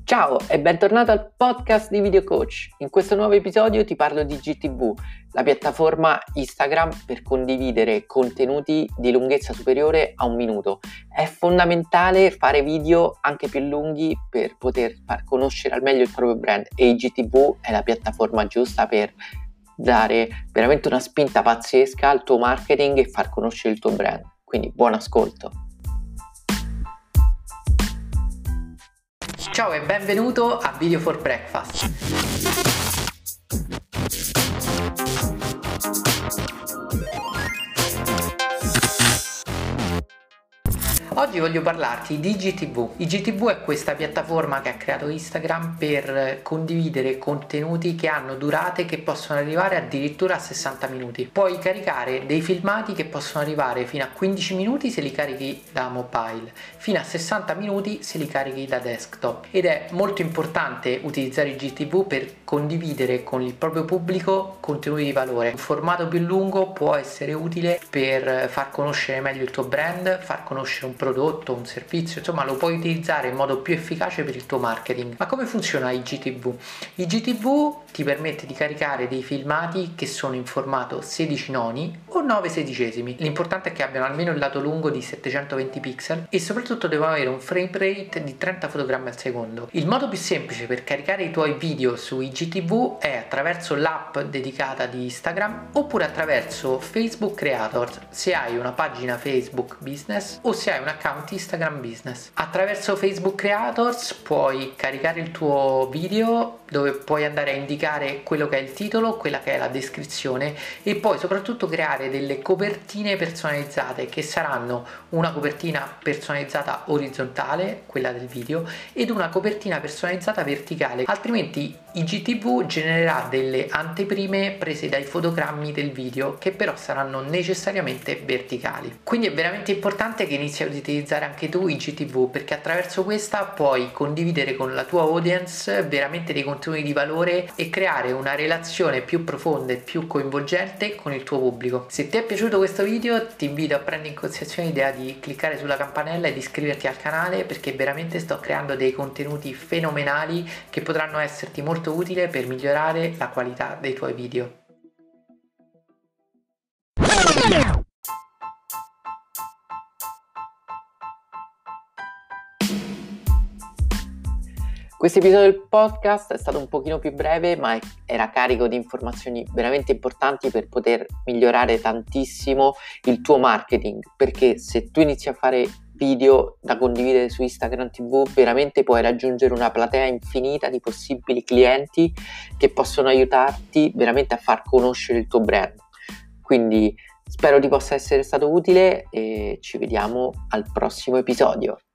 Ciao e bentornato al podcast di Video Coach. In questo nuovo episodio ti parlo di IGTV, la piattaforma Instagram per condividere contenuti di lunghezza superiore a 1 minuto. È fondamentale fare video anche più lunghi per poter far conoscere al meglio il proprio brand e IGTV è la piattaforma giusta per dare veramente una spinta pazzesca al tuo marketing e far conoscere il tuo brand. Quindi buon ascolto. Ciao e benvenuto a Video for Breakfast. Oggi voglio parlarti di IGTV. IGTV è questa piattaforma che ha creato Instagram per condividere contenuti che hanno durate che possono arrivare addirittura a 60 minuti. Puoi caricare dei filmati che possono arrivare fino a 15 minuti se li carichi da mobile, fino a 60 minuti se li carichi da desktop. Ed è molto importante utilizzare IGTV per condividere con il proprio pubblico contenuti di valore. Un formato più lungo può essere utile per far conoscere meglio il tuo brand, far conoscere un prodotto, un servizio, insomma lo puoi utilizzare in modo più efficace per il tuo marketing. Ma come funziona IGTV? IGTV ti permette di caricare dei filmati che sono in formato 16 noni o 9 sedicesimi. L'importante è che abbiano almeno il lato lungo di 720 pixel e soprattutto devono avere un frame rate di 30 fotogrammi al secondo. Il modo più semplice per caricare i tuoi video su IGTV è attraverso l'app dedicata di Instagram oppure attraverso Facebook Creators se hai una pagina Facebook Business o se hai un account Instagram Business. Attraverso Facebook Creators puoi caricare il tuo video dove puoi andare a indicare quello che è il titolo, quella che è la descrizione e poi soprattutto creare delle copertine personalizzate che saranno una copertina personalizzata orizzontale, quella del video, ed una copertina personalizzata verticale, altrimenti IGTV genererà delle anteprime prese dai fotogrammi del video che però saranno necessariamente verticali. Quindi è veramente importante che inizi ad utilizzare anche tu IGTV perché attraverso questa puoi condividere con la tua audience veramente dei contenuti di valore e creare una relazione più profonda e più coinvolgente con il tuo pubblico. Se ti è piaciuto questo video ti invito a prendere in considerazione l'idea di cliccare sulla campanella ed iscriverti al canale perché veramente sto creando dei contenuti fenomenali che potranno esserti molto utili per migliorare la qualità dei tuoi video. Questo episodio del podcast è stato un pochino più breve, ma era carico di informazioni veramente importanti per poter migliorare tantissimo il tuo marketing, perché se tu inizi a fare video da condividere su Instagram TV, veramente puoi raggiungere una platea infinita di possibili clienti che possono aiutarti veramente a far conoscere il tuo brand. Quindi spero ti possa essere stato utile e ci vediamo al prossimo episodio.